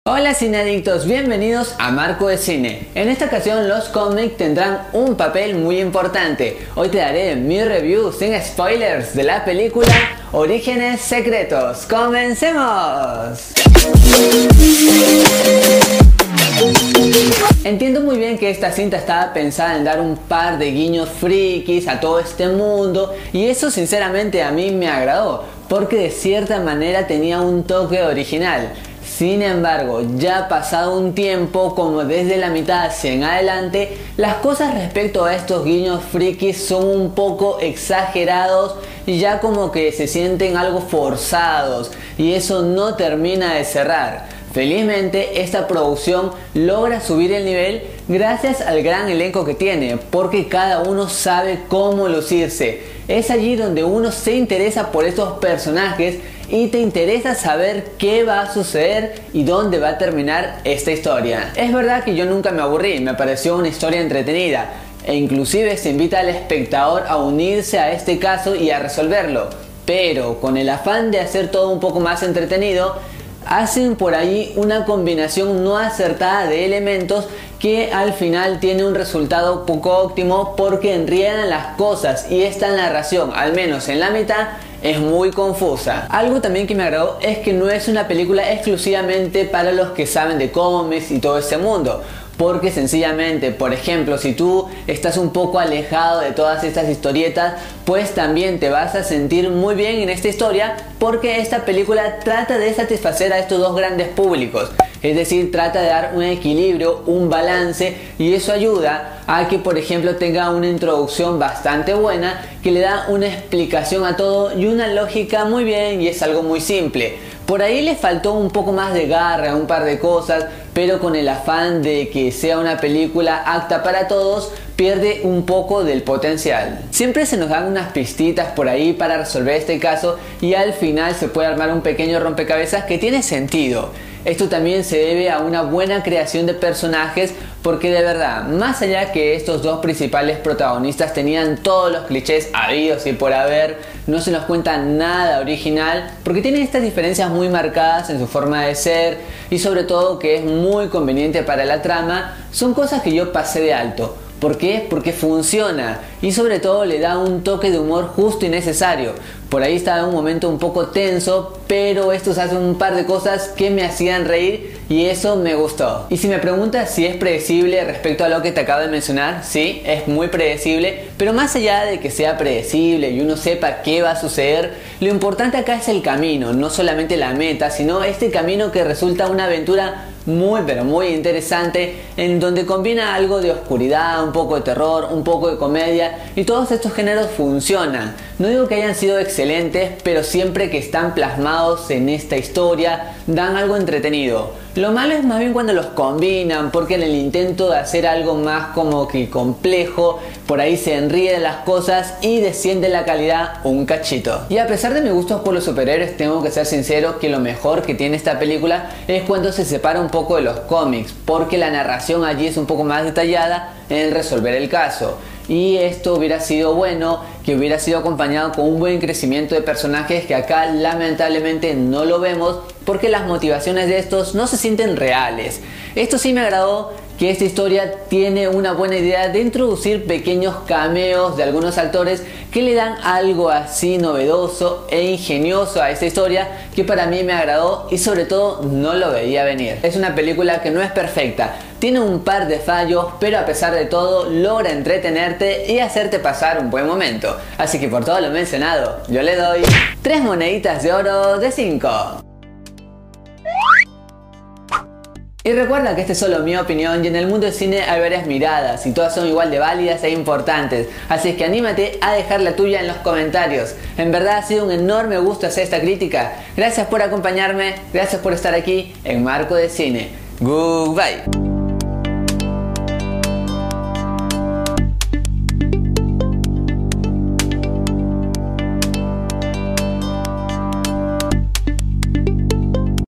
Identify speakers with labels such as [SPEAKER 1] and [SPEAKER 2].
[SPEAKER 1] Hola cineadictos, bienvenidos a Marco de Cine. En esta ocasión los cómics tendrán un papel muy importante. Hoy te daré mi review sin spoilers de la película Orígenes Secretos. ¡Comencemos! Entiendo muy bien que esta cinta estaba pensada en dar un par de guiños frikis a todo este mundo, y eso sinceramente a mí me agradó, porque de cierta manera tenía un toque original. Sin embargo, ya pasado un tiempo, como desde la mitad hacia en adelante, las cosas respecto a estos guiños frikis son un poco exagerados y ya como que se sienten algo forzados, y eso no termina de cerrar. Felizmente esta producción logra subir el nivel gracias al gran elenco que tiene, porque cada uno sabe cómo lucirse. Es allí donde uno se interesa por estos personajes y te interesa saber qué va a suceder y dónde va a terminar esta historia. Es verdad que yo nunca me aburrí, me pareció una historia entretenida, e inclusive se invita al espectador a unirse a este caso y a resolverlo, pero con el afán de hacer todo un poco más entretenido, hacen por ahí una combinación no acertada de elementos que al final tiene un resultado poco óptimo, porque enriedan las cosas y esta narración, al menos en la mitad, es muy confusa. Algo también que me agradó es que no es una película exclusivamente para los que saben de cómics y todo ese mundo, porque sencillamente, por ejemplo, si tú estás un poco alejado de todas estas historietas, pues también te vas a sentir muy bien en esta historia, porque esta película trata de satisfacer a estos dos grandes públicos. Es decir, trata de dar un equilibrio, un balance, y eso ayuda a que, por ejemplo, tenga una introducción bastante buena que le da una explicación a todo y una lógica muy bien, y es algo muy simple. Por ahí le faltó un poco más de garra a un par de cosas, pero con el afán de que sea una película apta para todos, pierde un poco del potencial. Siempre se nos dan unas pistitas por ahí para resolver este caso, y al final se puede armar un pequeño rompecabezas que tiene sentido. Esto también se debe a una buena creación de personajes, porque de verdad, más allá que estos dos principales protagonistas tenían todos los clichés habidos y por haber, no se nos cuenta nada original, porque tienen estas diferencias muy marcadas en su forma de ser, y sobre todo que es muy conveniente para la trama. Son cosas que yo pasé de alto. ¿Por qué? Porque funciona, y sobre todo le da un toque de humor justo y necesario. Por ahí estaba en un momento un poco tenso, pero estos hacen un par de cosas que me hacían reír, y eso me gustó. Y si me preguntas si es predecible respecto a lo que te acabo de mencionar, sí, es muy predecible, pero más allá de que sea predecible y uno sepa qué va a suceder, lo importante acá es el camino, no solamente la meta, sino este camino que resulta una aventura muy pero muy interesante, en donde combina algo de oscuridad, un poco de terror, un poco de comedia, y todos estos géneros funcionan. No digo que hayan sido excelentes, pero siempre que están plasmados en esta historia dan algo entretenido. Lo malo es más bien cuando los combinan, porque en el intento de hacer algo más como que complejo, por ahí se enríen las cosas y desciende la calidad un cachito. Y a pesar de mis gustos por los superhéroes, tengo que ser sincero que lo mejor que tiene esta película es cuando se separa un poco de los cómics, porque la narración allí es un poco más detallada en resolver el caso. Y esto hubiera sido bueno, que hubiera sido acompañado con un buen crecimiento de personajes, que acá lamentablemente no lo vemos, porque las motivaciones de estos no se sienten reales. Esto sí me agradó, que esta historia tiene una buena idea de introducir pequeños cameos de algunos actores que le dan algo así novedoso e ingenioso a esta historia, que para mí me agradó y sobre todo no lo veía venir. Es una película que no es perfecta, tiene un par de fallos, pero a pesar de todo logra entretenerte y hacerte pasar un buen momento. Así que por todo lo mencionado, yo le doy 3 moneditas de oro de 5. Y recuerda que esta es solo mi opinión, y en el mundo del cine hay varias miradas y todas son igual de válidas e importantes, así es que anímate a dejar la tuya en los comentarios. En verdad ha sido un enorme gusto hacer esta crítica. Gracias por acompañarme, gracias por estar aquí en Marco de Cine. Goodbye.